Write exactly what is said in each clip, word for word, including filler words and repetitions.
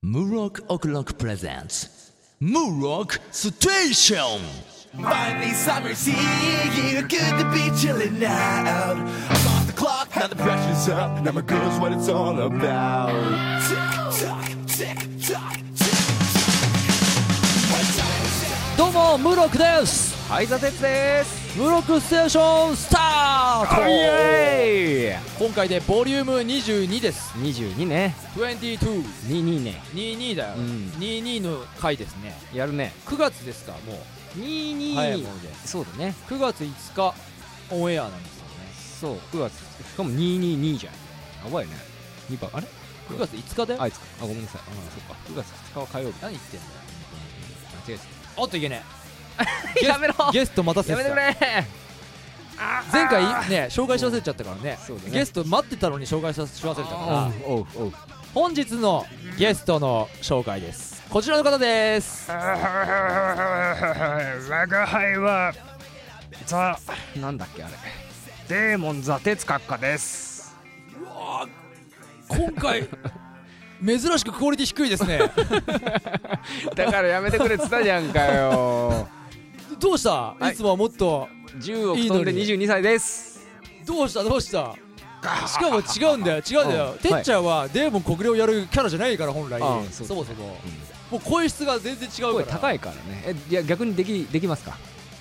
Murok O'Clock presents Murok Station. Finally summer's here, good to be chilling out. I'm off the clock, now the pressure's up. Now my girl's what it's all about. Tick tock, tick tock, tick tock. どうもムロックです。 はい、ザテツです。 ムロックステーションスタート。 イエーイ。 今回でボリュームにじゅうにです。 にじゅうにね。 にじゅうに。 にじゅうにね。 にじゅうにだよ、 うん、 にじゅうにの回ですね。 やるね。 くがつですか、もうにじゅうに。 早いもので。 そうだね。 くがついつかオンエアなんですよね。 そう、くがつ、しかもにじゅうににじゃん。やばいね。にばん、あれくがついつかだよ。 あ、いつか。あ、ごめんなさい。あ、そっか。くがつふつかは火曜日。 何言ってんだよ。 間違えておっといけねた。やめろ。 ゲスト待たせてた。 やめてくれ。 前回ね、紹介し忘れちゃったからね。 そうだね。 ゲスト待ってたのに紹介し忘れたから。 おうおう。 本日のゲストの紹介です。こちらの方です。 我が輩はザ・なんだっけあれ。 デーモンザ・哲閣下です。 うわ今回珍しくクオリティ低いですね。 だからやめてくれって言ったじゃんかよ。 どうした、い、つもはもっとじゅうおく飛んでにじゅうにさいです。 どうしたどうしたしかも違うんだよ違うんだよ、てっちゃんはデーモン国領やるキャラじゃないから本来。そもそも、もう声質が全然違うから。 声高いからね。え、いや逆にできできますか。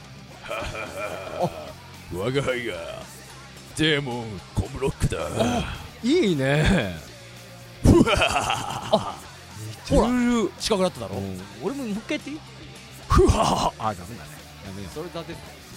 我が輩がデーモンコムロックだ。 いいね。 あ、ほら近くなっただろ。 俺ももう一回やっていい。 ふわあ、ダメだね。やめよう。 それだけ。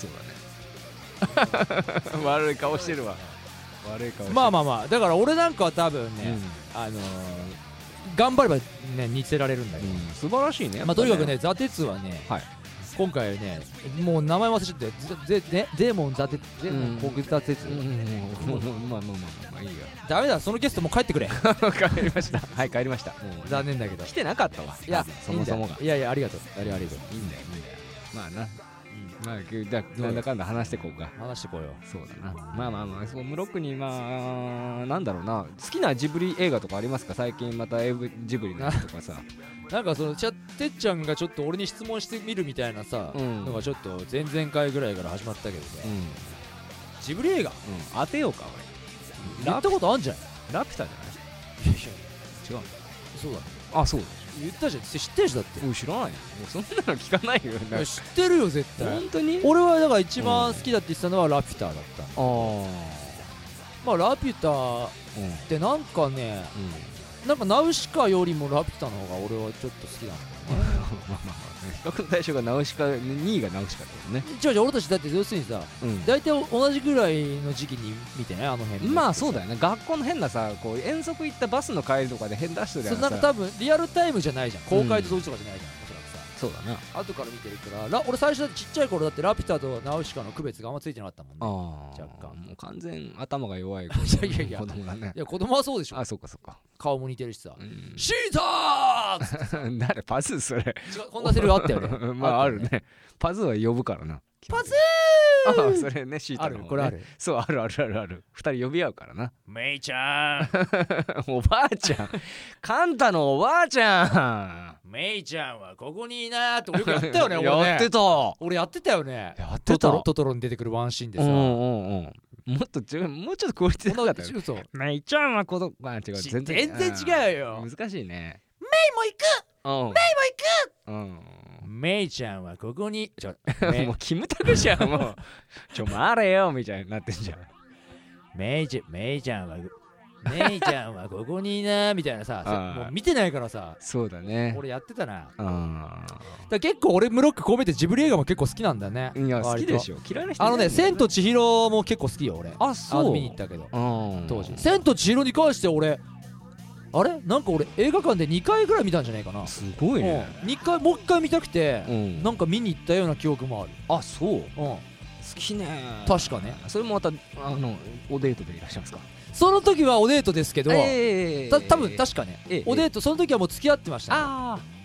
そうだね。悪い顔してるわ。悪い顔してる。 まあまあまあ、だから俺なんかは多分ね、あの頑張ればね似せられるんだけど、 素晴らしいね。 まあとにかくね、ザ・テツはね、今回ね、もう名前忘れちゃってデーモンザ・テツ、デーモンコグザ・テツ。 まあまあまあまあいいよ。 ダメだ、そのゲストもう帰ってくれ。 帰りました。はい、帰りました。 残念だけど来てなかったわ。 いや、 そもそもが。 いやいや、ありがとう。ありがとう。 いいんだよ、いいんだよ。まあな。まあ、なんだかんだ話してこうか。話してこうよ。そうだな。まあまあまあ、そう、ムロックに、まあ、なんだろうな。好きなジブリ映画とかありますか。最近またジブリのとかさ。 なんかその、てっちゃんがちょっと俺に質問してみるみたいなさ、のがちょっと前々回ぐらいから始まったけどね。ジブリ映画当てようか、 俺。言ったことあんじゃん。 ラピュタじゃない。いやいや、違う。 そうだね。 あ、そうだ。 言ったじゃん。知ってるしだって。 知らないよ。そんなの聞かないよ。 知ってるよ絶対。 本当に。 俺はだから一番好きだって言ってたのはラピュタだった。ああ。まあラピュタってなんかね、なんかナウシカよりもラピュタの方が俺はちょっと好きなんだよね。 まあまあ比較の対象がナウシカ、にいがナウシカだもんね。 違う違う、俺たちだって要するにさ、大体同じぐらいの時期に見てね、あの辺。 まあそうだよね。学校の変なさ、こう遠足行ったバスの帰りとかで変出してるやつ。 なんか多分リアルタイムじゃないじゃん。公開と同時とかじゃないじゃん。おそらくさ。 そうだな。 後から見てるから、俺最初だってちっちゃい頃だってラピュタとナウシカの区別があんまついてなかったもんね。若干。 もう完全頭が弱い。いやいやいや、 子供がね。 いや子供はそうでしょ。 あ、そうかそうか。 顔も似てるしさ。シーター。誰パズーそれ。 こんなセリフあったよね。 まああるね。パズーは呼ぶからな。 パズー。あ、それね、シータの。 ある、これある。 そう、あるあるあるある。二人呼び合うからな。 メイちゃん。 おばあちゃん。カンタのおばあちゃん。 メイちゃんはここにいなーってよくやったよね。俺ね。 やってた。 俺やってたよね。 やってた。 トトロに出てくるワンシーンでさ。 うんうんうん。もっともうちょっとクオリティ高かったよ。 メイちゃんはこの、 まあ違う、 全然違うよ。 難しいね。 メイも行く。メイも行く。うん。メイちゃんはここに。ちょ、 もうキムタクじゃん、もう。ちょ、回れよみたいになってんじゃん。 メイちゃん、メイちゃんは。メイちゃんはここにいなみたいなさ、もう見てないからさ。 そうだね。 俺やってたな。だ結構俺ムロックこう見てジブリ映画も結構好きなんだね。 いや好きでしょ。嫌いな人。 あのね、千と千尋も結構好きよ俺。 あ、そう。 見に行ったけど当時。千と千尋に関して俺あれなんか俺映画館でにかいぐらい見たんじゃないかな。 すごいね。 にかいもういっかい見たくてなんか見に行ったような記憶もある。 あ、そう。好きね。確かね。それもまたあのおデートでいらっしゃいますか。 その時はおデートですけど、 えー、 た多分確かね、えー、おデートその時はもう付き合ってました、ね、 あ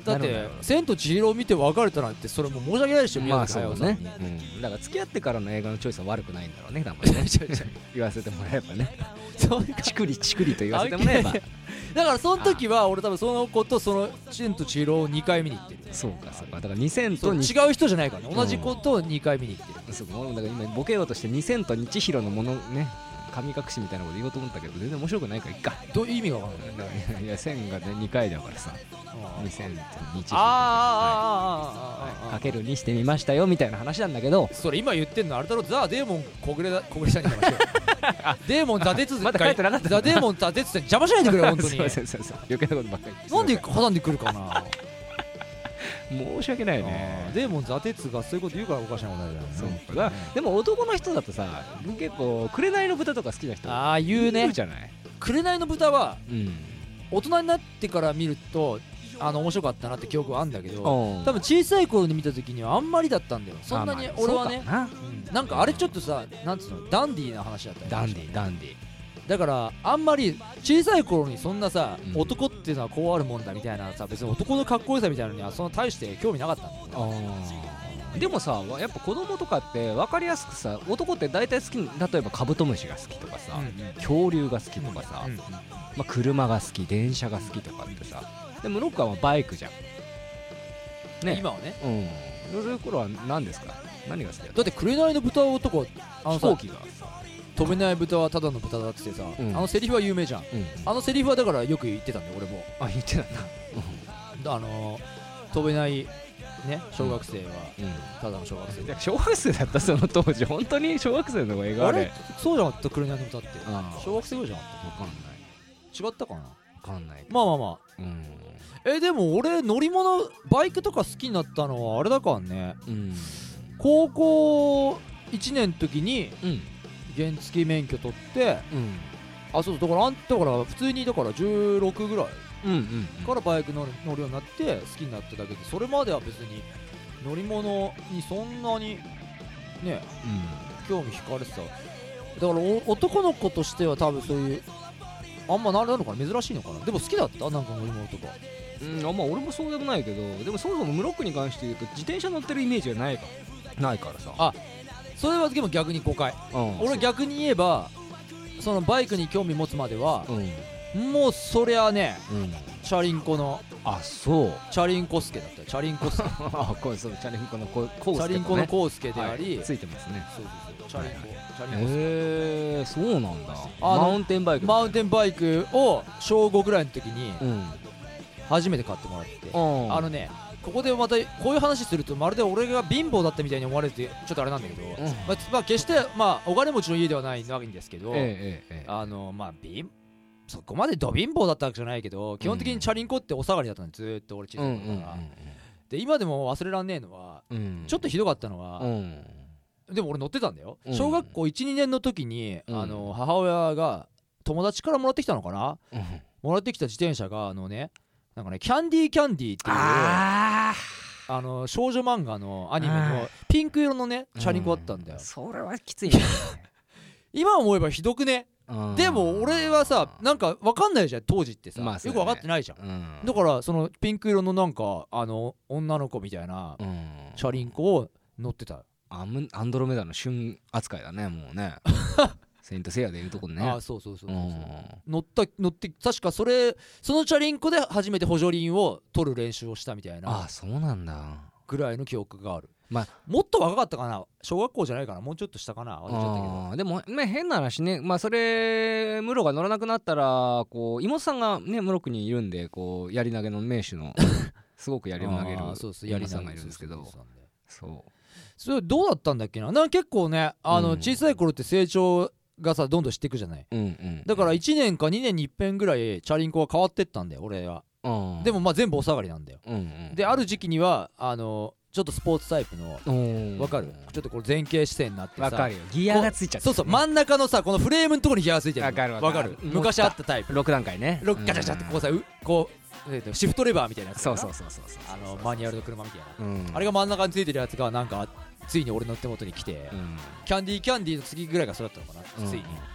だって千と千尋を見て別れたなんてそれも申し訳ないでしょ。 まあそうね、 うん、 だから付き合ってからの映画のチョイスは悪くないんだろうね多分ね言わせてもらえばねチクリチクリと言わせてもらえばだからその時は俺多分その子とその千と千尋をにかい見に行ってる。 そうかそうか、だからにせんと違う人じゃないからね、同じ子とにかい見に行ってる、 うん、そうか、だから今ボケようとしてにせんと千尋のものね神隠しみたいなこと言おうと思ったけど全然面白くないからいっか。 どういう意味が分かんない。 いや千がねにかいだからさにせんと千尋かけるにしてみましたよみたいな話なんだけど、 それ今言ってんのあれだろ、ザ・デーモン小暮だ小暮さんに言いましょうデーモンザ・デツまだ書いてなかったザ・デーモンザ・デツって邪魔しないでくれよ本当にそうそうそうそう余計なことばっかりなんで挟んでくるかな申し訳ないね。 デーモンザ・デツがそういうこと言うからおかしなことないじゃん。 そうか、でも男の人だとさ結構紅の豚とか好きな人ああ言うね。 じゃない。 紅の豚は、 うん、 大人になってから見るとあの面白かったなって記憶はあるんだけど、 多分小さい頃に見た時にはあんまりだったんだよ。そんなに俺はね、な, うん、なんかあれちょっとさ、なんつうのダンディーな話だったよ。 ダンディーダンディーだからあんまり小さい頃にそんなさ、 うん、 男っていうのはこうあるもんだみたいなさ、別に男のかっこよさみたいなのにはそんな大して興味なかったんだよ。 あでもさやっぱ子供とかって分かりやすくさ、男って大体好き、例えばカブトムシが好きとかさ、うんうん、恐竜が好きとかさ、うんうん、まあ、車が好き電車が好きとかってさ、でもロッカーはバイクじゃんね。 今はね、 うん、そういう頃は何ですか、何が好きだった？ だって紅の豚男、あのさ飛行機が飛べない豚はただの豚だってさ、うん、あのセリフは有名じゃん、うん、あのセリフはだからよく言ってたんだよ俺も。 あ言ってたんだあのー、飛べないね小学生は、うん、ただの小学生、 うん、小学生だったその当時本当に小学生の子映画あれそうじゃなかった紅の豚って小学生ぐらいじゃなかった？ 分かんない違ったかな、 分かんないまあまあまあ、うん、えでも俺乗り物バイクとか好きになったのはあれだからね、うん、高校いちねんの時に、うん、原付免許取って、うん、あそうそうだからあんだから普通にだからじゅうろくぐらいからバイク乗る、乗るようになって好きになっただけで、それまでは別に乗り物にそんなにね、うん、興味惹かれてた。だから男の子としては多分そういうあんまなるのかな、珍しいのかな。でも好きだったなんか乗り物とか。 うんあまあ俺もそうでもないけど、でもそもそもムロックに関して言うと自転車乗ってるイメージがないからないからさ。 あそれはでも逆に誤解、うん、俺逆に言えばそのバイクに興味持つまでは、うん、もうそりゃね、うん、チャリンコのあそうチャリンコスケだったよ。チャリンコスケあこれそうチャリンコのコウスケ、ね、 チャリンコのコウスケであり、 はい、ついてますね。 そうそうそうチャリンコ、はいはい、チャリンコスケ。 へえそうなんだ。マウンテンバイクマウンテンバイクを小ごぐらいの時に初めて買ってもらって、うん、あのねここでまたこういう話するとまるで俺が貧乏だったみたいに思われてちょっとあれなんだけど、うんまあ、まあ決してまあお金持ちの家ではないわけですけど、ええええ、あのまあ貧そこまでド貧乏だったわけじゃないけど基本的にチャリンコってお下がりだったんでずーっと俺小さい頃から、うんうんうんうん、で今でも忘れらんねえのは、うん、ちょっとひどかったのは、うん、でも俺乗ってたんだよ、うん、小学校 いちにねんの時に、うん、あの母親が友達からもらってきたのかな、うん、もらってきた自転車があのねなんかねキャンディーキャンディーっていうああの少女漫画のアニメのピンク色のねチャリンコだったんだよ、 うん、それはきついね今思えばひどくね。でも俺はさなんか分かんないじゃん当時ってさ、まあね、よく分かってないじゃん、うん、だからそのピンク色のなんかあの女の子みたいなチャリンコを乗ってた。 アンドロメダの旬扱いだねもうねセイントセイヤでいうとこね。 あそうそうそうそう、うん、乗った乗って確かそれそのチャリンコで初めて補助輪を取る練習をしたみたいな。 あそうなんだぐらいの記憶がある。まあ、もっと若かったかな小学校じゃないかなもうちょっと下かな忘れちゃったけど。 でも、ね、変な話ねまあそれムロが乗らなくなったらこう妹さんがねムロ区にいるんでこうやり投げの名手のすごくやりを投げる妹さんがいるんですけどそうそれどうだったんだっけな。なんか結構ねあの、うん、小さい頃って成長がさどんどんしていくじゃない、うんうん、だからいちねんかにねんにいっぺんぐらいチャリンコが変わってったんだよ俺は、うん、でもまあ全部お下がりなんだよ、うんうん、である時期にはあのちょっとスポーツタイプのわかるちょっとこれ前傾姿勢になってさわかるよギアがついちゃって、 ね、そうそう真ん中のさこのフレームのところにギアがついてるわかるわかる昔あったタイプろく段階ねガチャガチャってこうさうこうシフトレバーみたいなやつそうそうそうそうあのマニュアルの車みたいな、うん、あれが真ん中についてるやつがなんかついに俺の手元に来て、うん、キャンディーキャンディーの次ぐらいがそうだったのかな、うん、ついに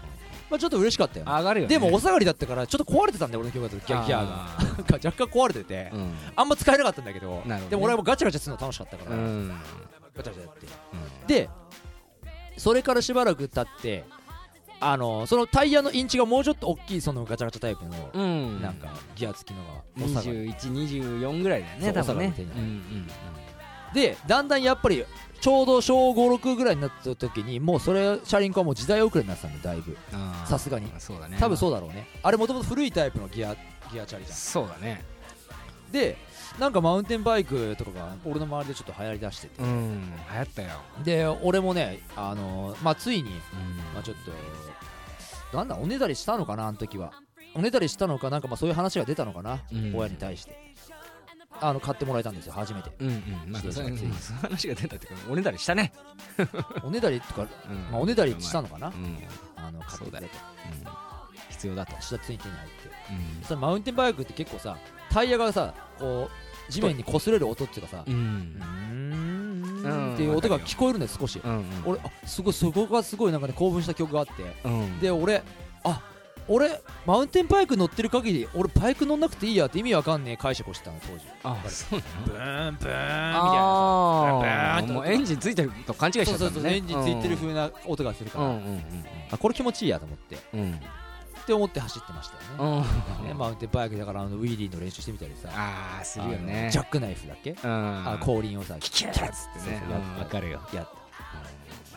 まあちょっと嬉しかったよね。 上がるよね。 でもお下がりだったからちょっと壊れてたんだよ俺の曲だとギャギャーが若干壊れてて、うん、あんま使えなかったんだけど、ね、でも俺はもうガチャガチャするの楽しかったから、うん、ガチャガチャやって、うん、でそれからしばらく経ってあのそのタイヤのインチがもうちょっと大きいそのガチャガチャタイプの、うん、なんかギア付きのがにじゅういち、にじゅうよんぐらいだよね多分ね、うんうんうん、 でだんだんやっぱりちょうど小ごろくぐらいになった時にもうそれ車輪化はもう時代遅れになってたんでだいぶさすがにそうだね多分そうだろうねあれもともと古いタイプのギアギアチャリじゃんそうだねでなんかマウンテンバイクとかが俺の周りでちょっと流行りだしててうん流行ったよで俺もねあのー、まあついに、うんまあ、ちょっとなんだおねだりしたのかなあの時はおねだりしたのかなんかまあそういう話が出たのかな、うん、親に対してあの買ってもらえたんですよ初めてうんうんまあそういう話が出たっていうかおねだりしたねおねだりとか、うんまあ、おねだりしたのかな、うん、あの買ってくれと、うん、 必要だと下ついてないって、うん、それマウンテンバイクって結構さタイヤがさこう地面に擦れる音っていうかさ、うん、うーんっていう音が聞こえるんです少し、うんうん、俺あすごいそこがすごいなんかね興奮した曲があって、うん、で俺あ俺マウンテンバイク乗ってる限り俺バイク乗んなくていいやって意味わかんねえ解釈してたの当時あそうなのブーンブーンみたいなさブーンもうエンジンついてると勘違いしちゃったんだねそうそうそうエンジンついてる風な音がするから、うんうんうんうん、あこれ気持ちいいやと思って、うん、って思って走ってましたよね、うん、ねマウンテンバイクだからあのウィーリーの練習してみたりさあーするよねジャックナイフだっけ、うん、あ後輪をさキャッキャッつってねわかるよやって、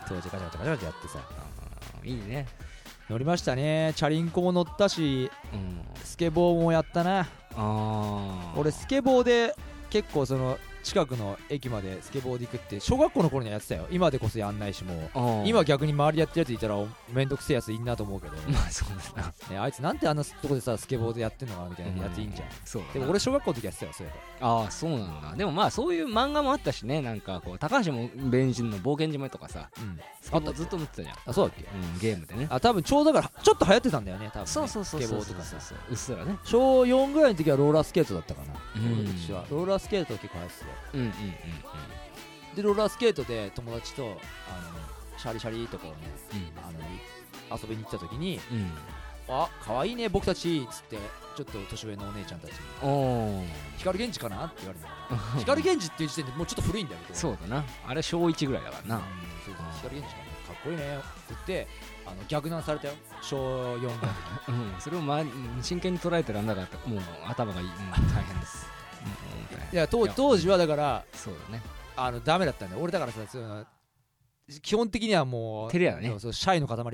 うん、当時ガチャガチャガチャガチャやってさいいね乗りましたねチャリンコも乗ったし、うん、スケボーもやったなあ俺スケボーで結構その近くの駅までスケボーで行くって小学校の頃にはやってたよ今でこそやんないしもう今逆に周りやってるやついたらめんどくせえやついんなと思うけどまあそうですな、 ね、あいつなんてあんなとこでさスケボーでやってんのかなみたいなやついいんじゃん、うん、そうでも俺小学校の時やってたよそういえばああそうなんだでもまあそういう漫画もあったしねなんかこう高橋も弁人の冒険島とかさ、うん、スケボーずっと乗ってたじゃんあそうだっけ、 うん、ゲームでねあ多分ちょうどだからちょっと流行ってたんだよね多分ねそうそうそうそうスケボーとかさうっすらね小よんぐらいの時はローラースケートだったかな、うん、私はローラースケート結構流行ってたようんうんうんでローラースケートで友達とあのシャリシャリとかをね、うん、あの遊びに行った時に、うん、あ可愛いね僕たちっつってちょっと年上のお姉ちゃんたちに光源氏かなって言われたの光源氏っていう時点でもうちょっと古いんだけどそうだなあれ小いちぐらいだからな、うん、 そうそう光源氏かなかっこいいねって言ってあの逆難されたよ小よんぐらいの時、 うん、それを、ま、真剣に捉えてらんなかったもう頭がいい、うん、大変です、 うん、いや当当時はだからそうだねあのダメだったんだよ俺だからさそういうの基本的にはもう照れやねそうそうシャイの塊だから、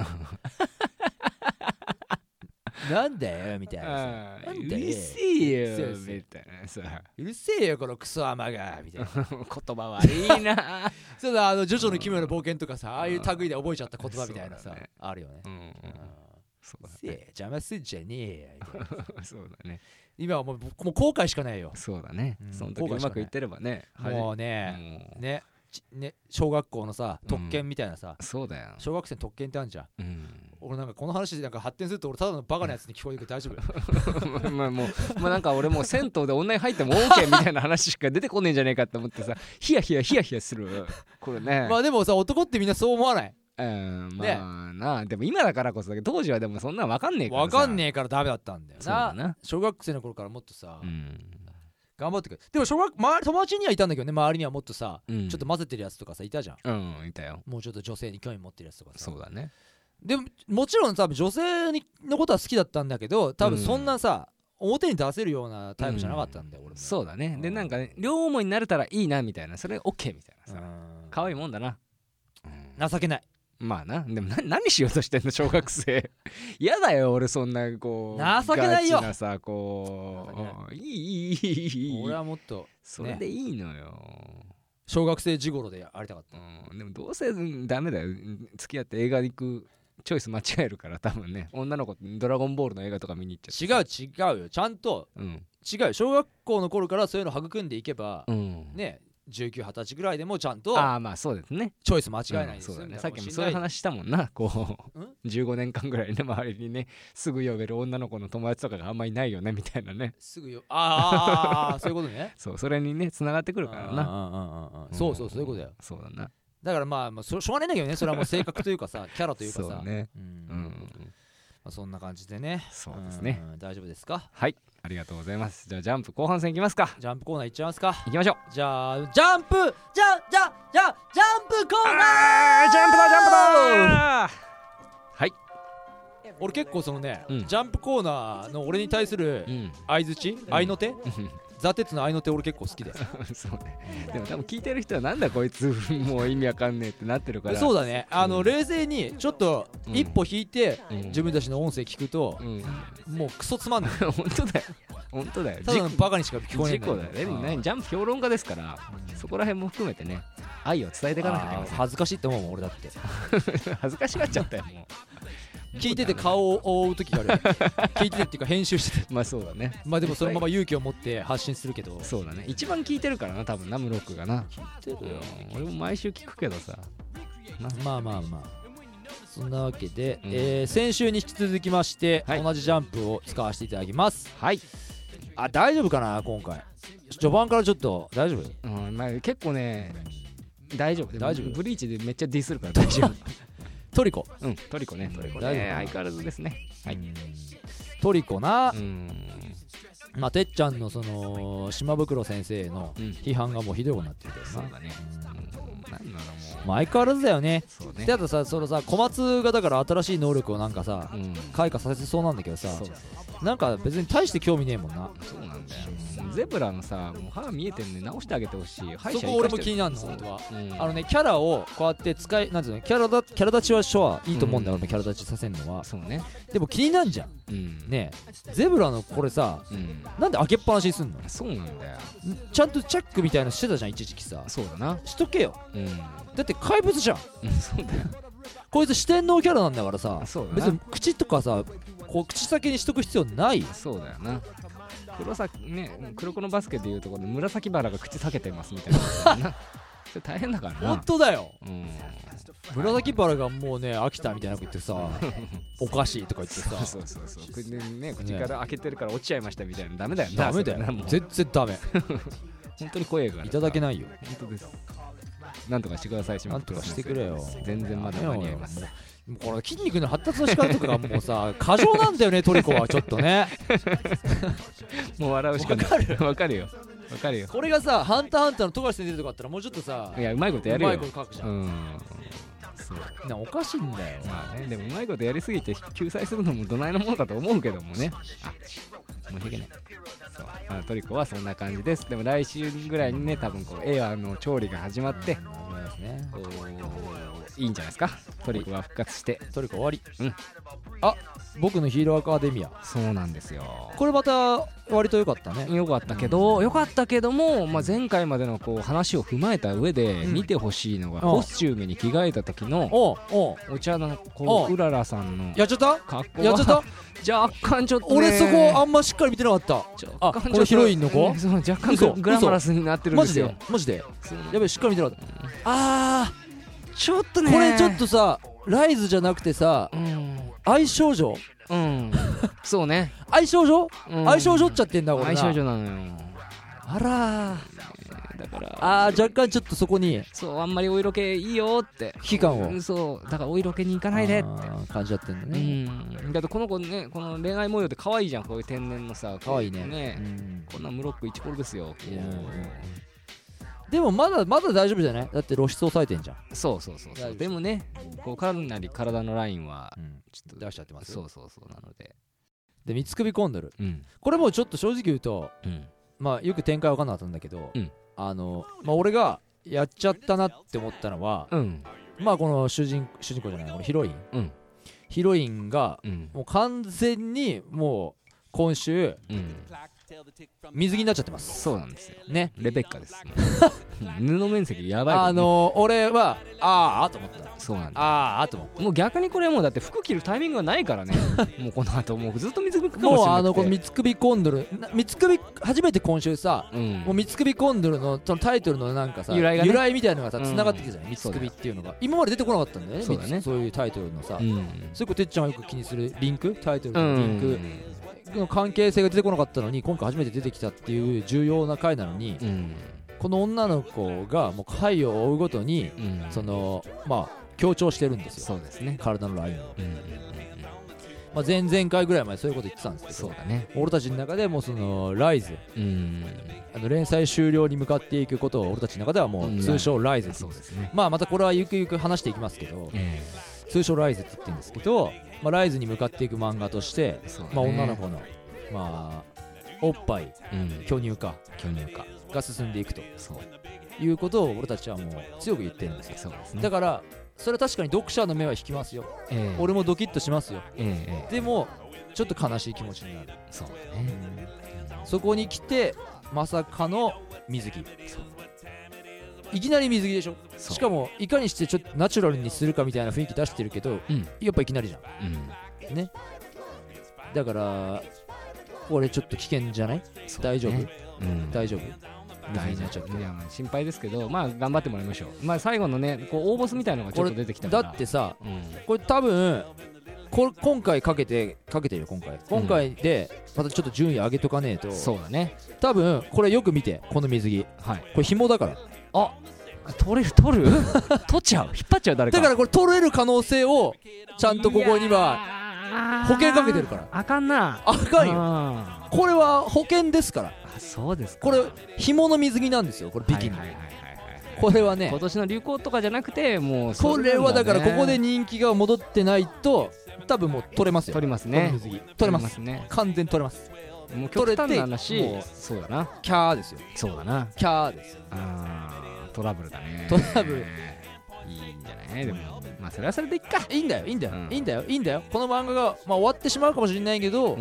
うん、なんだよみたいなさなんだようるせえよみたいなさうるせえよこのクソアマがみたいな言葉悪いなそうだあのジョジョの奇妙な冒険とかさああいう類で覚えちゃった言葉みたいなさ、ね、あるよね、うんうん、そうだねせえ邪魔すんじゃねえよそうだね今はもうもう後悔しかないよそうだね、うん、その時うまくいってればねもうねもうねね小学校のさ特権みたいなさ、 うん、そうだよ小学生の特権ってあるじゃん、うん、俺なんかこの話でなんか発展すると俺ただのバカなやつに聞こえるけど大丈夫まあもうまあなんか俺もう銭湯で女に入っても OK みたいな話しか出てこねえんじゃねえかって思ってさヒヤヒヤヒヤヒヤするこれねまあでもさ男ってみんなそう思わないうんまあなあでも今だからこそだけど当時はでもそんなの分かんねえからさ分かんねえからダメだったんだよ な, な小学生の頃からもっとさ、うん、頑張ってくれでも小学周り友達にはいたんだけどね周りにはもっとさ、うん、ちょっと混ぜてるやつとかさいたじゃんうんいたよもうちょっと女性に興味持ってるやつとかさそうだねでももちろん多分女性のことは好きだったんだけど多分そんなさ、うん、表に出せるようなタイプじゃなかったんだよ、うん、俺もそうだね、うん、でなんかね両思いになれたらいいなみたいなそれ OK みたいなさ可愛いもんだな、 うん、情けないまあなでもな何しようとしてんの小学生やだよ俺そんなこう情けないよガチなさこういいいいいい俺はもっとそれでいいのよ、 ね、小学生時頃でありたかった、 うん、でもどうせダメだよ付き合って映画に行くチョイス間違えるから多分ね女の子ドラゴンボールの映画とか見に行っちゃって違う違うよちゃんと、うん、違うよ小学校の頃からそういうの育んでいけば、うん、ねじゅうきゅう、はたちぐらいでもちゃんとああまあそうですねチョイス間違えないですよ、 うんそうだね、さっきもそういう話したもんなこうじゅうごねんかんぐらいね周りにねすぐ呼べる女の子の友達とかがあんまりいないよねみたいなねすぐよああそういうことねそうそれにね繋がってくるからなああああ、うん、そうそうそういうことだよそうだなだからまあ、まあ、しょうがないんだけどね、それはもう性格というかさキャラというかさそうね、 うん、 うんまあ、そんな感じでね。 そうですね、 大丈夫ですか。 はい、ありがとうございます。じゃあジャンプ後半戦いきますか。 ジャンプコーナーいっちゃいますか。 いきましょう。 じゃあジャンプじゃじゃじゃジャンプコーナー。 ジャンプだジャンプだ。はい、 俺結構そのね、 うん、 ジャンプコーナーの俺に対する相づち、合いの手、ザ・テツの合いの手俺結構好きでそうね。でも多分聞いてる人はなんだこいつもう意味わかんねえってなってるから。 そうだね、あの、うん、冷静にちょっと一歩引いて、うん、自分たちの音声聞くと、うん、もうクソつまんない本当だよ本当だよ。 ただのバカにしか聞こえないんだよ。 事故だよね。でもね、ジャンプ評論家ですから、うん、そこら辺も含めてね愛を伝えていかなきゃいけません。 恥ずかしいって思うもん俺だって恥ずかしがっちゃったよもう聞いてて顔を覆う時がある聞いててっていうか編集しててまあそうだね。 まあでもそのまま勇気を持って発信するけど。 そうだね、一番聞いてるからな多分なムロックがな。聞いてるよ、俺も毎週聞くけどさ。 まあまあまあそんなわけで、うん、えー、先週に引き続きまして、はい、同じジャンプを使わせていただきます。 はい。 あ、大丈夫かな今回序盤からちょっと大丈夫。 うん、まあ結構ね大丈夫大丈夫。 ブリーチでめっちゃディスるから大丈夫トリコ、 うん、トリコね、トリコね、相変わらずですね。はい、 トリコな、うん、まあてっちゃんのその島袋先生の批判がもうひどいことになってるけどな。 そうだね。なんだろうもう。 まあ相変わらずだよね。 そうね。 であとさ、そのさ小松がだから新しい能力をなんかさ、うん、開花させそうなんだけどさ、そうそうなんか別に大して興味ねえもんな。 そうなんだよ。ゼブラのさ、もう歯見えてるんで直してあげてほしい。 そこ俺も気になるの本当は、うん、あのねキャラをこうやって使いなんていうのキャラだキャラ立ちはショアいいと思うんだよ、うん、俺もキャラ立ちさせるのは。 そうね。 でも気になんじゃん、うん、ねえゼブラのこれさ、うん、なんで開けっぱなしにすんの。 そうなんだよ。 ちゃんとチャックみたいなのしてたじゃん一時期さ。 そうだな。 しとけよ、うん、だって怪物じゃん、 うん、そうだよ。 こいつ四天王キャラなんだからさ、別に口とかさこう口先にしとく必要ない。 そうだよな。黒崎ね、黒子のバスケでいうところで紫原が口裂けてますみたいなそれ大変だからな。 本当だよ、うん、紫原がもうね飽きたみたいなこと言ってさおかしいとか言ってさそうそうそうそう、ね、口から開けてるから落ちちゃいましたみたいな。ダメだよね。 ダメだよ全然ダメ本当に声がいただけないよ。 本当です。なんとかしてください。 なんとかしてくれよ。 全然まだ間に合います。 これ筋肉の発達の仕方とかがもうさ過剰なんだよねトリコはちょっとねもう笑うしかない。わかるわかるよわかるよ。 これがさハンターハンターの富樫先生とかあったらもうちょっとさ、 いやうまいことやるよ。 うまいこと書くじゃん。うん、そうなおかしいんだよ。 まあね、でもうまいことやりすぎて救済するのもどないのものかと思うけどもね。あ、申し訳ない。そう、あのトリコはそんな感じです。でも来週ぐらいにね多分こうエアーの調理が始まって、うん、ね、いいんじゃないですか。トリコは復活してトリコ終わり、 うん、 あ、僕のヒーローアカデミア。 そうなんですよ。 これまた割と良かったね。 良かったけど、うん、良かったけども、まあ、前回までのこう話を踏まえた上で見てほしいのが、うん、コスチュームに着替えた時のお茶のこううららさんのやっちゃった格好がやっちゃった若干ちょっと、ね、 俺そこあんましっかり見てなかった。あ、これヒロインの子、 うん、そう若干グラマラスになってるんですよ。 マジでマジでやべえしっかり見てなかった、うん、あーちょっとねこれちょっとさライズじゃなくてさ、うん、愛少女、 うんそうね愛少女、うん、愛少女っちゃってんだこれな。 愛少女なのよ。 あらーだからあー若干ちょっとそこにそうあんまりお色気いいよって期間を、 うん、そうだからお色気に行かないでって感じちゃってんだね。 うんだってこの子ねこの恋愛模様って可愛いじゃん。こういう天然のさ可愛いねね、うん、こんなムロック一コロですよ。 でもまだまだ大丈夫じゃない？だって露出抑えてんじゃん。 そうそうそうそう。でもねこうかなり体のラインはちょっと出しちゃってます。 そうそうそうなのでで三つ首コンドル、うん、これもうちょっと正直言うと、うん、まあよく展開分かんなかったんだけど、うん、あのまあ俺がやっちゃったなって思ったのは、うん、まあこの主人主人公じゃないこのヒロイン、うん、ヒロインがもう完全にもう今週、うん水着になっちゃってます。 そうなんですよね。 レベッカです布面積やばい。 あのー、俺はあーあと思った。 そうなんだ。 あーあと思った。 もう逆にこれもうだって服着るタイミングがないからねもうこの後もうずっと水着かもしれない。 もうあのこの三つ首コンドル三つ首初めて今週さ、うん、もう三つ首コンドルのそのタイトルのなんかさ由来が、ね、 由来みたいなのがさ繋がってきてたじゃん、うん、三つ首っていうのが今まで出てこなかったんだよね。そうだね。そういうタイトルのさ、うん、そういう子てっちゃんがよく気にするリンクタイトルのリンク、うんの関係性が出てこなかったのに今回初めて出てきたっていう重要な回なのに、うん、 この女の子がもう回を追うごとに、うん、そのまあ強調してるんですよ。 そうですね、 体のラインを、うんうんうん、まあ、前々回ぐらいまでそういうこと言ってたんですけど、 そうだね、 俺たちの中でもそのライズ、うん、あの連載終了に向かっていくことを俺たちの中ではもう通称ライズって言うんです、うん、ね、まあまたこれはゆくゆく話していきますけど、えー、通称ライズって言ってるんですけど、まあ、ライズに向かっていく漫画として、ね、まあ、女の子のまあおっぱい、うん、巨乳化巨乳化が進んでいくということを俺たちはもう強く言ってるんですよ。 そうですね、 だからそれは確かに読者の目は引きますよ、えー、俺もドキッとしますよ、えー、でもちょっと悲しい気持ちになる。 そうだね、 うん、そこに来てまさかの水着、いきなり水着でしょ。しかもいかにしてちょっとナチュラルにするかみたいな雰囲気出してるけど、うん、やっぱいきなりじゃん、うん、ね。だからこれちょっと危険じゃない？大丈夫、うん、大丈夫大丈夫。いや心配ですけど、まあ頑張ってもらいましょう。まあ最後のね、こう応募スみたいなのがちょっと出てきたから。 だってさ、うん、これ多分これ今回かけてかけてるよ今回。今回でまたちょっと順位上げとかねえと。 そうだね。 多分これよく見て、この水着。はい。これ紐だから。 あ、取れる取る？取っちゃう。引っ張っちゃう誰か。 だからこれ取れる可能性をちゃんとここには。保険かけてるから。 あかんな。 あかんよ。これは保険ですから。 あ、そうですか。 これ紐の水着なんですよ。これビキニ。これはね、 今年の流行とかじゃなくてもうこれはだからここで人気が戻ってないと多分もう取れますよ。 取れますね。 取れますね。完全に取れます。 もう極端な話、そうだな。 キャーですよ。 そうだな。 キャーです。 ああ、トラブルだね。 トラブル。 いいんじゃない？でもまあそれはそれでいっか。 いいんだよいいんだよ、うん、いいんだよいいんだよ。この漫画がまあ終わってしまうかもしれないけど、うん、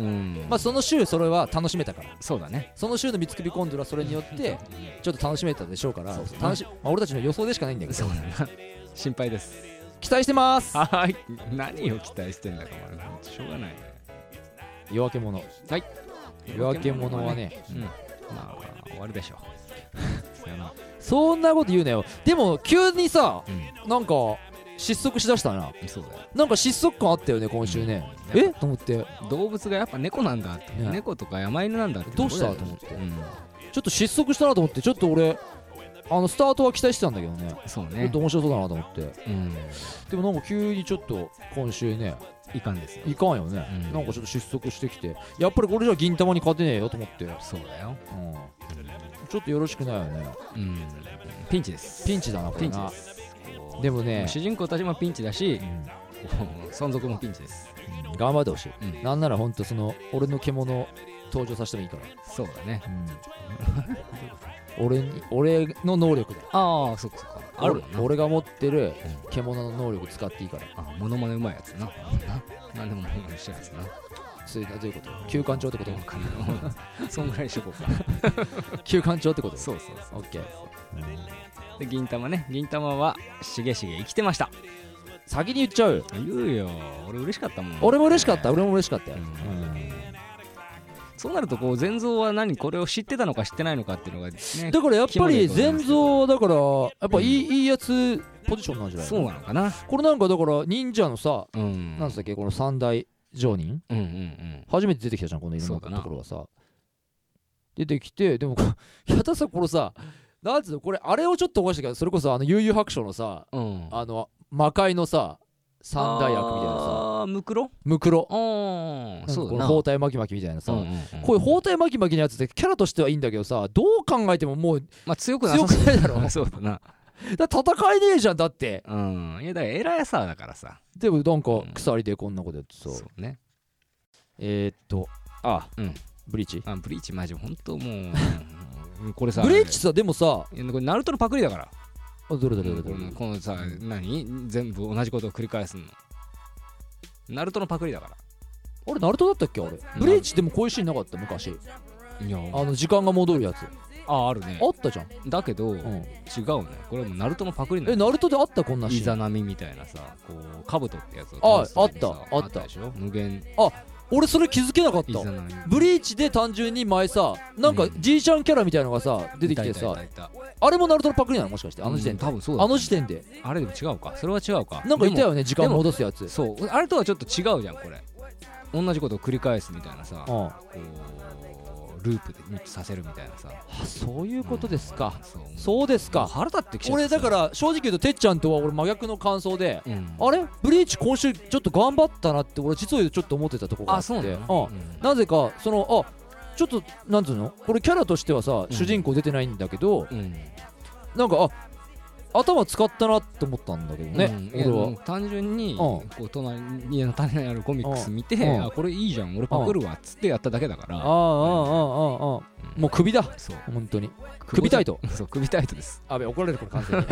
まあその週それは楽しめたから。 そうだね。 その週の三つ首コンドルはそれによってちょっと楽しめたでしょうから。楽し、まあ、俺たちの予想でしかないんだけど。 そうだな。心配です。 期待してます。 はい。何を期待してんだかもしょうがないね。 夜明け者。はい。夜明け者はね、うん、まあ終わるでしょう。 そんなこと言うなよ。でも急にさ、うん、なんか失速しだしたな。 そうだよ。 なんか失速感あったよね今週ね、うん、えと思って、 動物がやっぱ猫なんだって、ね、猫とか山犬なんだってどうしたと思って、うん、ちょっと失速したなと思って、ちょっと俺あのスタートは期待してたんだけどね。 そうね、 ちょっと面白そうだなと思って、うん、でもなんか急にちょっと今週ねいかんですよ。 いかんよね、うん、なんかちょっと失速してきて、やっぱりこれじゃ銀玉に勝てねえよと思って。 そうだよ、うん、 ちょっとよろしくないよね、 うん、ピンチです。 ピンチだなこれな。でもね、 主人公たちもピンチだし、うん、存続もピンチです、 うん、頑張ってほしい、うん、なんならほんとその俺の獣登場させてもいいから。 そうだね、 うん、俺に俺の能力だ。 ああ、そっかそっか。 あるな。俺が持ってる獣の能力使っていいから。 あ、モノマネうまいやつな。なんでもモノマネしてるやつな。 それどういうこと？休館長ってこと？ そんぐらいにしとこうか。 休館長ってこと？ そうそうそう。 オッケー。 で銀玉ね、銀玉はしげしげ生きてました。 先に言っちゃう。 言うよ。俺嬉しかったもん。 俺も嬉しかった。俺も嬉しかったよ。うんうん、 そうなるとこう前蔵は何、これを知ってたのか知ってないのかっていうのがね。 だからやっぱり前蔵だからやっぱいい、うん、いいやつポジションなんじゃないの？ そうなのかな。 これなんかだから忍者のさ、うん、なんつったっけ、この三大上人、うんうんうん、初めて出てきたじゃんこのいろんなところがさ出てきて。でもやたさこれさ、なんつうのこれあれをちょっと思い出したけど、それこそあの悠々白書のさ、うん、あの魔界のさ三大役みたいなさ、 あムクロムクロ、 あそうだな、 包帯巻き巻きみたいなさ、うんうんうん、こういう包帯巻き巻きのやつってキャラとしてはいいんだけどさ、どう考えてももう、 まあ、強くなさそうだろ。 そうだな。 だ戦えねえじゃんだって。 うん、いやだから偉いさだからさ。でもなんか鎖でこんなことやってさ、うん、そうね。えー、っとあ、うん、ブリーチ、 あブリーチマジ本当もうこれさ、 ブリーチさ、でもさ、 これナルトのパクリだから。 あ、どれどれどれどれ、 うん、このさ、何全部同じことを繰り返すの。ナルトのパクリだから。 あれナルトだったっけあれ。ブリーチでもこういうシーンなかった昔。いやあの時間が戻るやつ。 あ、あるね。 あったじゃん。 だけど、うん、違うね。これもナルトのパクリなの。 え、ナルトであったこんなシーン。 イザナミみたいなさ、こうカブトってやつを。 あ、あったあったでしょ。無限。 あ、俺それ気づけなかった。ブリーチで単純に前さ、なんかじいちゃんキャラみたいなのがさ出てきてさ、あれもナルトのパクリなのもしかして。あの時点で、 多分そうだ。 あの時点であれでも違うか。それは違うか。 なんかいたよね、時間戻すやつ。 そう、あれとはちょっと違うじゃんこれ。同じことを繰り返すみたいなさ、 ループでさせるみたいなさ。 あ、そういうことですか、 うん、そうそうですか。 腹立ってきちゃって。 俺だから正直言うとてっちゃんとは俺真逆の感想で、 うん、 あれブリーチ今週ちょっと頑張ったなって俺実を言うとちょっと思ってたところがあって、 あ、そうなの、 うん、なぜかそのあちょっとなんつうのこれキャラとしてはさ、うん、主人公出てないんだけど、うん、なんかあ頭使ったなって思ったんだけどね、うん、俺は単純に、うん、こう隣家の種にあるコミックス見て、うん、あこれいいじゃん俺パクるわっつってやっただけだから、ああああああもう首だ、そう本当に首タイトそう首タイトです。 あべ怒られるこれ完全に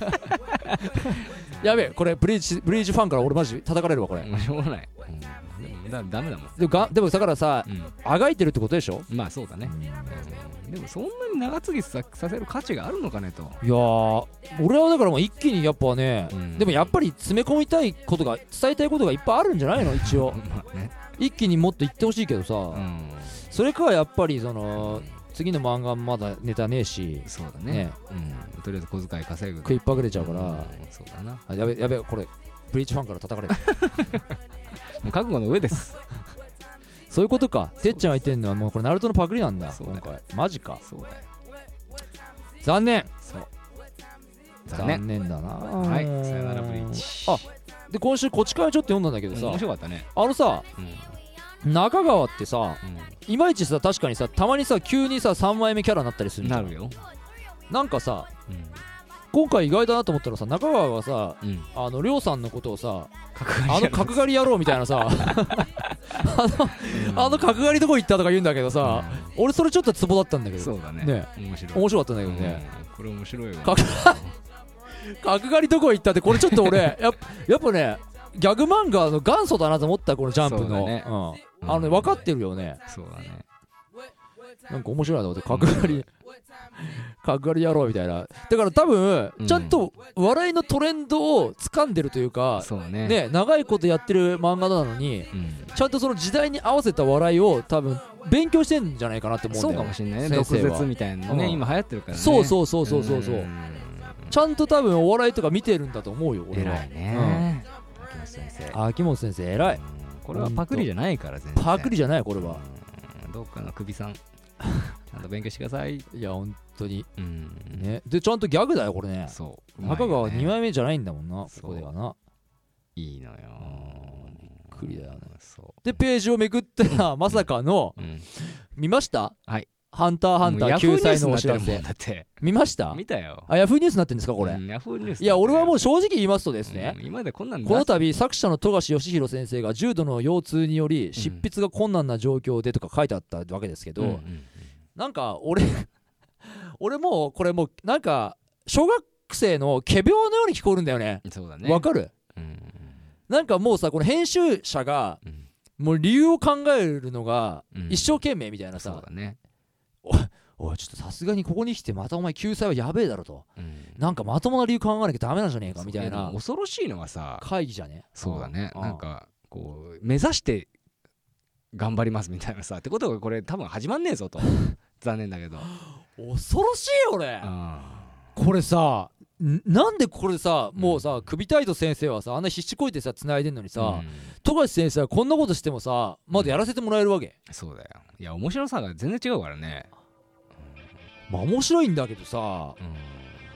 やべえこれブリーチブリーチファンから俺マジ叩かれるわこれ。 しょうがない、うんだダメだもん。 でもがでもだからさ、うん、あがいてるってことでしょ。 まあそうだね、うん、でもそんなに長継ぎ さ, させる価値があるのかねと。 いやー俺はだからもう一気にやっぱね、うん、でもやっぱり詰め込みたいことが伝えたいことがいっぱいあるんじゃないの一応まあ、ね、一気にもっと言ってほしいけどさ、うん、それかはやっぱりその次の漫画まだネタねえし。 そうだね、ね、うん、とりあえず小遣い稼ぐ食いっぱぐれちゃうから、うん、 そうだな。 あやべやべこれブリーチファンから叩かれるもう覚悟の上ですそういうことか。てっちゃんが言ってんのはもうこれナルトのパクリなんだ今回。マジか。 そうだよ。 残念。 そう残念。残念だな。 はい、さよならブリーチ。 あで今週こっちからちょっと読んだんだけどさ、 面白かったね。 あのさ、うん、中川ってさ、うん、いまいちさ確かにさたまにさ急にささんまいめキャラになったりするじゃん。 なるよ。なんかさ、うん、今回意外だなと思ったらさ中川がさ、うん、あのりょうさんのことをさあの角刈り野郎みたいなさあの、うん、あの角刈りどこ行ったとか言うんだけどさ、うん、俺それちょっとツボだったんだけど。 そうだね。 ね面白い。 面白かったんだけどね。 うん、これ面白いよ。 角刈りどこ行ったってこれちょっと俺やっやっぱねギャグ漫画の元祖だなと思ったこのジャンプの。ね、うん、あのね分かってるよね。 そうだね。 なんか面白いなと思って角刈り角刈り野郎みたいな。だから多分、うん、ちゃんと笑いのトレンドを掴んでるというか、 そうね、 ね長いことやってる漫画なのに、うん、ちゃんとその時代に合わせた笑いを多分勉強してんじゃないかなって思うんだよ。 そうかもしれないね。毒舌みたいなのね、うん、今流行ってるからね。 そうそうそうそうそうそう、ちゃんと多分お笑いとか見てるんだと思うよ俺は。 偉いね、うん、秋元先生。 秋元先生偉い、うん、 これはパクリじゃないから全然。 パクリじゃないこれは、 うん、どっかの首さんちゃんと勉強してください。 いや本当に、うん、ねでちゃんとギャグだよこれね。そう中川にまいめじゃないんだもんなここではな。 いいのよびっくりだよね。そうでページをめくったらまさかの、うん、見ました？はい。ハンターハンター救済のお知らせ見ました？ 見たよ。 あヤフーニュースになってるんですかこれ、うん、 ヤフーニュース。 いや俺はもう正直言いますとですね、 うん、今までこんなんこの度作者の富樫義弘先生が重度の腰痛により執筆が困難な状況でとか書いてあったわけですけど、うんうんうん、なんか俺俺もうこれもうなんか小学生の仮病のように聞こえるんだよね。 そうだね。 わかる、うん、なんかもうさこの編集者が、うん、もう理由を考えるのが一生懸命みたいなさ、 うん、そうだね。 お, おいちょっとさすがにここに来てまたお前救済はやべえだろと、うん、なんかまともな理由考えなきゃダメなんじゃねえかみたいな。 恐ろしいのはさ会議じゃね。 そうだね、うん、なんかこう目指して頑張りますみたいなさってことがこれ多分始まんねえぞと残念だけど恐ろしいよ俺、うん、これさなんでこれさもうさ、うん、首タイト先生はさあんな必死こいてさ繋いでんのにさ富樫、うん、先生はこんなことしてもさまだやらせてもらえるわけ、 うん、そうだよ。いや面白さが全然違うからね、 うん、まあ面白いんだけどさ、うん、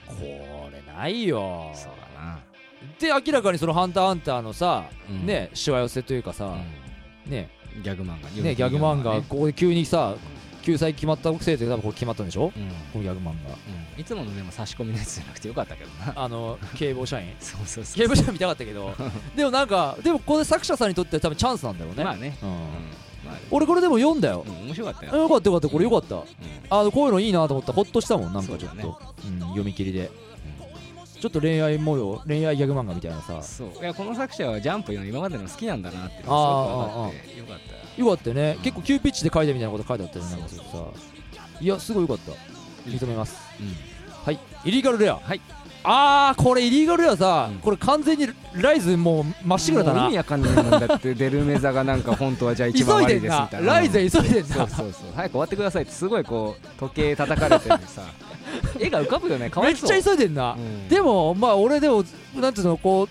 これないよ。 そうだな。 で明らかにそのハンターハンターのさ、うん、ねしわ寄せというかさ、うん、ねギャグ漫画ねギャグ漫画、ね、ここで急にさ救済決まったせいで多分これ決まったんでしょ、うん、このギャグ漫画、うん、 いつものでも差し込みのやつじゃなくてよかったけどなあの警棒社員そうそうそう警棒社員見たかったけどでもなんかでもこれ作者さんにとっては多分チャンスなんだろうね。 まあね、うんうんまあ、俺これでも読んだよ、 うん、面白かったよ。 よかったよかったこれよかった、うん、あのこういうのいいなと思った。ほっとしたもんなんかちょっと、ねうん、読み切りで、うん、ちょっと恋愛模様恋愛ギャグ漫画みたいなさ。 そういやこの作者はジャンプの今までの好きなんだなってすごく分かってよかったよかったよね、うん、結構急ピッチで書いたみたいなこと書いてあったよね。なんかちょっとさいやすごいよかった認めます、うん、はいイリーガルレア。はいあーこれイリーガルレアさ、うん、これ完全にライズもうまっしぐらだな。 意味わかんないもんだってデルメザがなんか本当はじゃあ一番悪いですみたいなライズ急いでんなそうそうそう早く終わってくださいってすごいこう時計叩かれてるさ絵が浮かぶよね。かわいそう。 めっちゃ急いでんな、うん、でもまあ俺でもなんていうのこう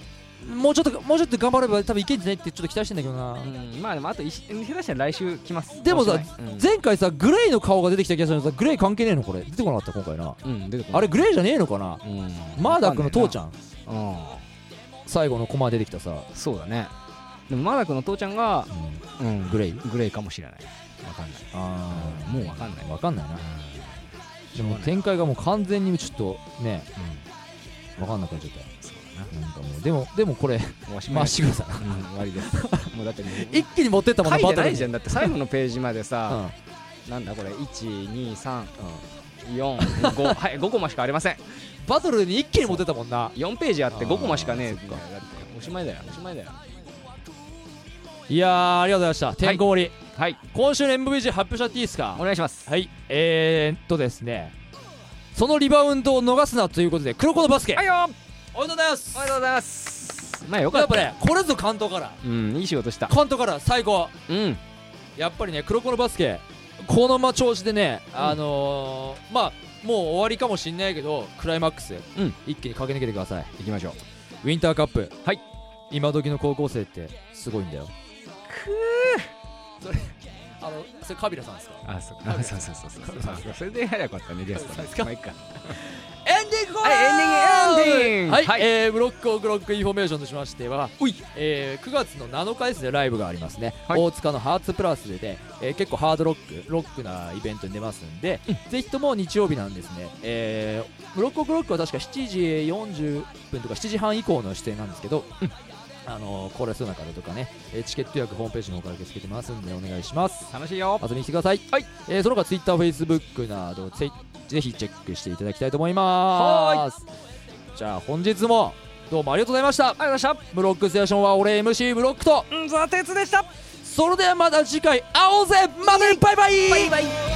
もうちょっともうちょっと頑張れば多分いけんじゃないってちょっと期待してんだけどな、 うん、まあでもあといし下手したら来週来ます。 でもさ、 うん、 前回さグレイの顔が出てきた気がするのさ、グレイ関係ねえのこれ出てこなかった今回な、 うん、出てこない。 あれグレイじゃねえのかな、 うん、 マーダックの父ちゃん、 うん、 最後のコマ出てきたさ、 そうだね。でもマーダックの父ちゃんが、 うんうん、 グレイグレイかもしれない。わかんない。 あーもうわかんない。 わかんないな、 うん、 でも展開がもう完全にちょっとね、うん、わかんなくなっちゃった。なんかもうでもでもこれまっしぐらさ、 うん、終わりです。もうだってもう一気に持ってったもんな、 書いてないじゃん。だって最後のページまでさ、うん、なんだこれいちにさんよんごはいごコマしかありません。 バトルに一気に持ってったもんな。 よんページあってごコマしかねえ。 そっか、 だっておしまいだよおしまいだよ。 いやーありがとうございました。てんこ盛り、 はい、 今週の エムブイジー 発表しちゃっていいですか。 お願いします。 はい、えーっとですね、そのリバウンドを逃すなということで黒子のバスケ、 はいよ、 おめでとうございます。 おめでとうございます。まあよかった。 やっぱねこれぞ関東から、 うん、いい仕事した。 関東から最高。 うん、 やっぱりね黒子のバスケこのまま調子でね、うん、あのー、まあもう終わりかもしんないけどクライマックス、うん、一気に駆け抜けてください。 行きましょう。ウィンターカップ、 はい、 今時の高校生ってすごいんだよ。くーそれあのそれカビラさんですか。 あ、そうそうそうそうそうそれで早かったねゲストね。まあいいか。 エンディングコーナー、 はい、エンディングエンディング、 はい、 はい、 えー、ブロックオクロックインフォメーションとしましては、えー、くがつのなのかですねライブがありますね、はい、大塚のハーツプラスで、えー、結構ハードロックロックなイベントに出ますんで、うん、ぜひとも日曜日なんですね、えー、ブロックオクロックは確かしちじよんじゅっぷんとかしちじはん以降の出演なんですけど、うん、あのー、コーラスの中でとかね、えー、チケット予約ホームページの方から受け付けてますんでお願いします。 楽しいよ、 遊びに来てください。はい、えー、その他 ツイッター、フェイスブック などぜぜひチェックしていただきたいと思います。じゃあ本日もどうもありがとうございました。ありがとうございました。ブロックステーションは俺 エムシー ブロックとザ・テツでした。 それではまた次回会おうぜ。またね、バイバイ。 バイバイ。